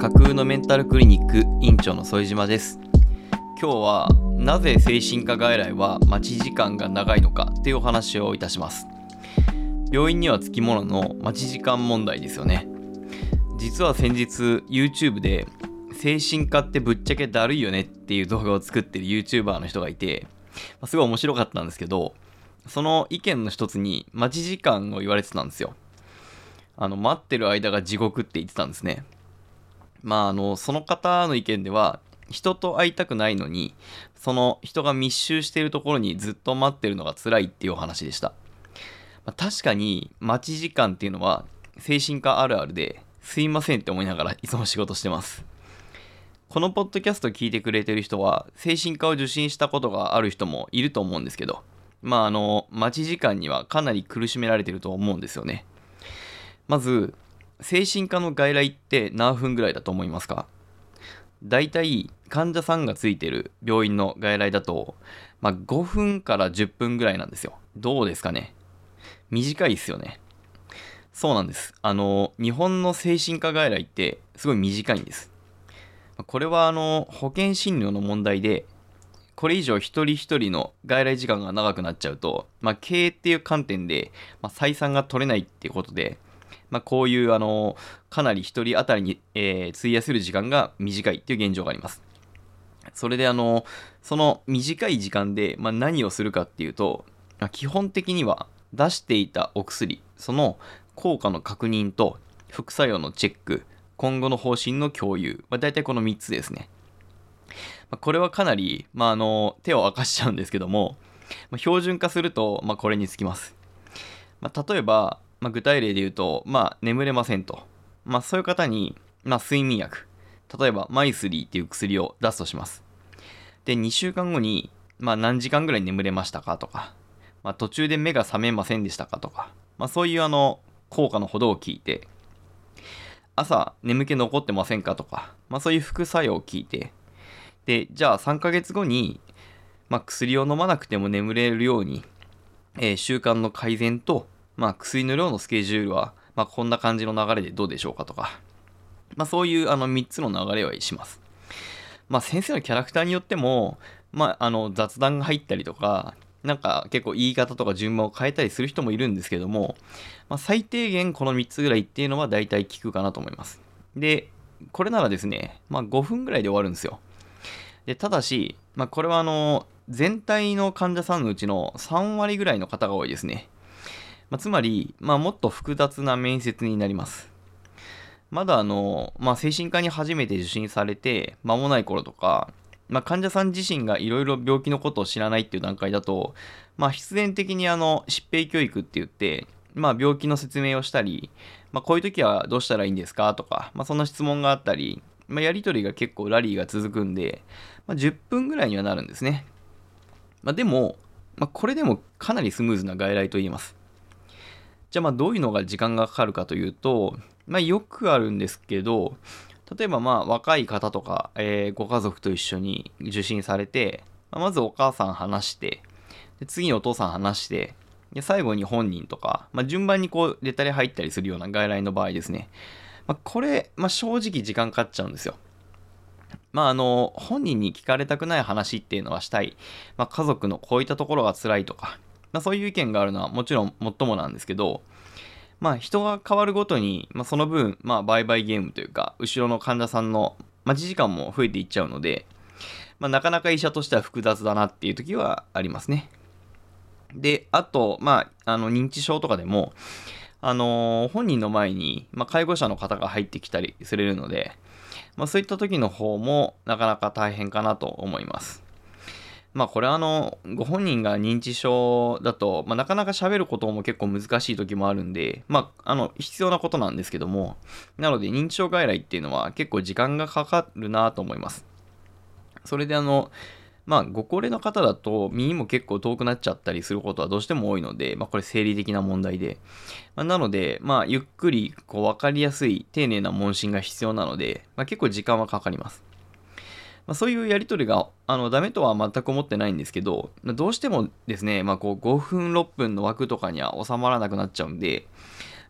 架空のメンタルクリニック院長の副島です。今日はなぜ精神科外来は待ち時間が長いのかというお話をいたします。病院にはつきものの待ち時間問題ですよね。実は先日 YouTube で精神科ってぶっちゃけだるいよねっていう動画を作ってる YouTuber の人がいて、すごい面白かったんですけど、その意見の一つに待ち時間を言われてたんですよ。待ってる間が地獄って言ってたんですね。その方の意見では、人と会いたくないのにその人が密集しているところにずっと待ってるのが辛いっていうお話でした。確かに待ち時間っていうのは精神科あるあるですいませんって思いながらいつも仕事してます。このポッドキャスト聞いてくれてる人は精神科を受診したことがある人もいると思うんですけど、待ち時間にはかなり苦しめられてると思うんですよね。まず精神科の外来って何分ぐらいだと思いますか？だいたい患者さんがついてる病院の外来だと、5分から10分ぐらいなんですよ。どうですかね？短いですよね。そうなんです。日本の精神科外来ってすごい短いんです。これは保険診療の問題で、これ以上一人一人の外来時間が長くなっちゃうと、経営っていう観点で、採算が取れないっていうことで、こういうかなり一人当たりに、費やせる時間が短いっていう現状があります。それでその短い時間で、何をするかっていうと、基本的には出していたお薬、その効果の確認と副作用のチェック、今後の方針の共有、大体この3つですね。これはかなり、手を明かしちゃうんですけども、標準化すると、これにつきます。例えば、具体例で言うと、眠れませんと。そういう方に、睡眠薬、例えばマイスリーっていう薬を出すとします。で、2週間後に、何時間ぐらい眠れましたかとか、途中で目が覚めませんでしたかとか、そういう効果のほどを聞いて、朝眠気残ってませんかとか、そういう副作用を聞いて、で、じゃあ3ヶ月後に、薬を飲まなくても眠れるように、習慣の改善と、薬の量のスケジュールは、こんな感じの流れでどうでしょうかとか、そういう3つの流れをします。先生のキャラクターによっても、雑談が入ったりとか、結構言い方とか順番を変えたりする人もいるんですけども、最低限この3つぐらいっていうのは大体効くかなと思います。で、これならですね、5分ぐらいで終わるんですよ。で、ただし、これは全体の患者さんのうちの3割ぐらいの方が多いですね。つまり、もっと複雑な面接になります。まだ精神科に初めて受診されて間もない頃とか、患者さん自身がいろいろ病気のことを知らないっていう段階だと、必然的に疾病教育って言って、病気の説明をしたり、こういう時はどうしたらいいんですかとか、そんな質問があったり、やり取りが結構ラリーが続くんで、10分ぐらいにはなるんですね。でも、これでもかなりスムーズな外来と言えます。じゃあどういうのが時間がかかるかというと、よくあるんですけど、例えば若い方とか、ご家族と一緒に受診されて、まずお母さん話して、で次にお父さん話して、で最後に本人とか、順番にこう出たり入ったりするような外来の場合ですね。これ、正直時間かかっちゃうんですよ。本人に聞かれたくない話っていうのはしたい。家族のこういったところが辛いとか、そういう意見があるのはもちろんもっともなんですけど、人が変わるごとに、その分、売買ゲームというか、後ろの患者さんの待ち時間も増えていっちゃうので、なかなか医者としては複雑だなっていう時はありますね。で、あと、認知症とかでも、本人の前に、介護者の方が入ってきたりするので、そういった時の方もなかなか大変かなと思います。これはご本人が認知症だと、なかなか喋ることも結構難しい時もあるんで、必要なことなんですけども、なので認知症外来っていうのは結構時間がかかるなと思います。それでご高齢の方だと耳も結構遠くなっちゃったりすることはどうしても多いので、これ生理的な問題で。なので、ゆっくり分かりやすい丁寧な問診が必要なので、結構時間はかかります。そういうやり取りがダメとは全く思ってないんですけど、どうしてもですね、5分6分の枠とかには収まらなくなっちゃうんで、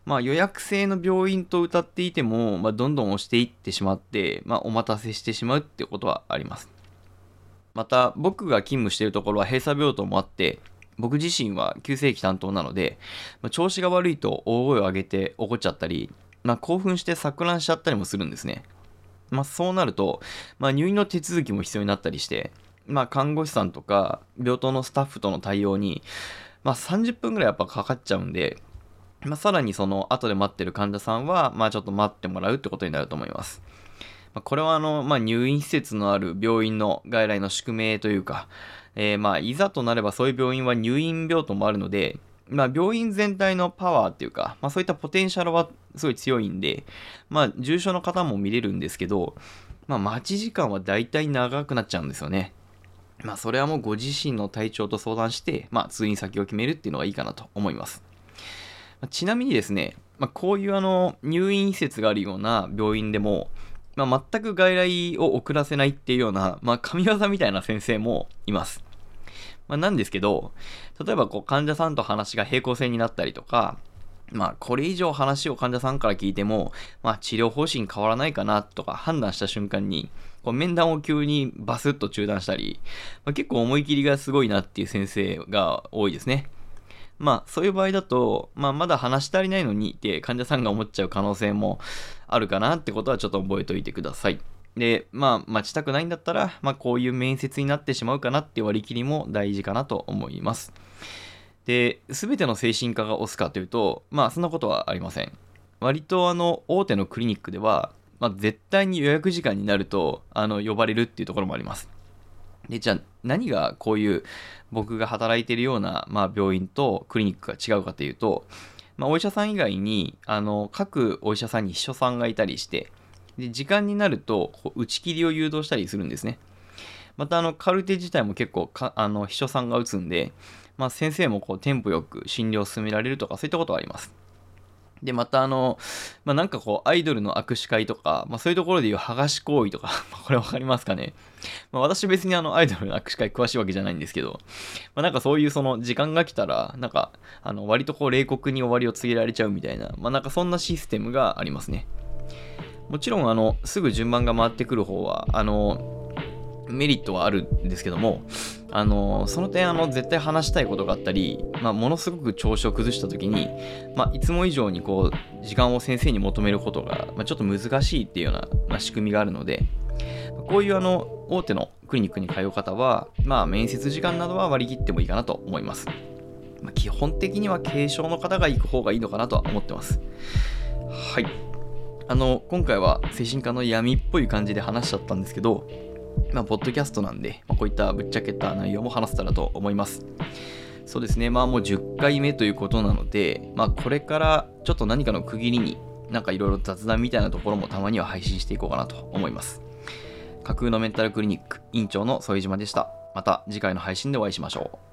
予約制の病院と謳っていても、どんどん押していってしまって、お待たせしてしまうってことはあります。また、僕が勤務しているところは閉鎖病棟もあって、僕自身は急性期担当なので、調子が悪いと大声を上げて怒っちゃったり、興奮して錯乱しちゃったりもするんですね。そうなると、入院の手続きも必要になったりして、看護師さんとか病棟のスタッフとの対応に、30分ぐらいやっぱかかっちゃうんで、さらにその後で待ってる患者さんは、ちょっと待ってもらうってことになると思います。これは入院施設のある病院の外来の宿命というか、いざとなればそういう病院は入院病棟もあるので、病院全体のパワーっていうか、そういったポテンシャルはすごい強いんで、重症の方も見れるんですけど、待ち時間はだいたい長くなっちゃうんですよね。それはもうご自身の体調と相談して、通院先を決めるっていうのがいいかなと思います。ちなみにですね、こういう入院施設があるような病院でも、全く外来を遅らせないっていうような、神業みたいな先生もいます。なんですけど、例えば患者さんと話が平行線になったりとか、これ以上話を患者さんから聞いても、治療方針変わらないかなとか判断した瞬間に、面談を急にバスッと中断したり、結構思い切りがすごいなっていう先生が多いですね。そういう場合だと、まだ話し足りないのにって患者さんが思っちゃう可能性もあるかなってことはちょっと覚えておいてください。で、待ちたくないんだったら、こういう面接になってしまうかなって割り切りも大事かなと思います。で、すべての精神科が押すかというと、そんなことはありません。割と大手のクリニックでは、絶対に予約時間になると、呼ばれるっていうところもあります。で、じゃあ何がこういう僕が働いているような、病院とクリニックが違うかというと、お医者さん以外に、各お医者さんに秘書さんがいたりして、で時間になると打ち切りを誘導したりするんですね。またカルテ自体も結構秘書さんが打つんで、先生もテンポよく診療を進められるとかそういったことがあります。で、またなんかアイドルの握手会とか、そういうところでいう剥がし行為とか、これわかりますかね。私別にアイドルの握手会詳しいわけじゃないんですけど、なんかそういうその時間が来たら、なんか、割と冷酷に終わりを告げられちゃうみたいな、なんかそんなシステムがありますね。もちろんすぐ順番が回ってくる方はメリットはあるんですけども、その点絶対話したいことがあったり、ものすごく調子を崩した時に、いつも以上に時間を先生に求めることが、ちょっと難しいっていうような、仕組みがあるので、こういう大手のクリニックに通う方は、面接時間などは割り切ってもいいかなと思います。基本的には軽症の方が行く方がいいのかなとは思ってます。はい。今回は精神科の闇っぽい感じで話しちゃったんですけど、ポッドキャストなんで、こういったぶっちゃけた内容も話せたらと思います。そうですね、もう10回目ということなので、これからちょっと何かの区切りに、なんかいろいろ雑談みたいなところもたまには配信していこうかなと思います。架空のメンタルクリニック院長の副島でした。また次回の配信でお会いしましょう。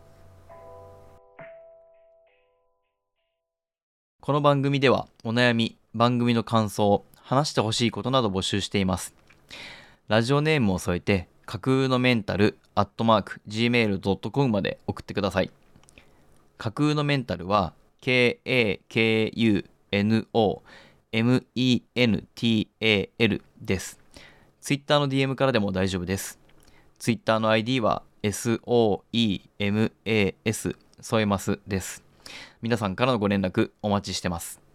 この番組ではお悩み、番組の感想、話してほしいことなど募集しています。ラジオネームを添えて、架空のメンタル@gmail.com まで送ってください。架空のメンタルは KAKUNOMENTAL です。Twitter の DM からでも大丈夫です。Twitter の ID は SOEMAS 添えますです。皆さんからのご連絡お待ちしてます。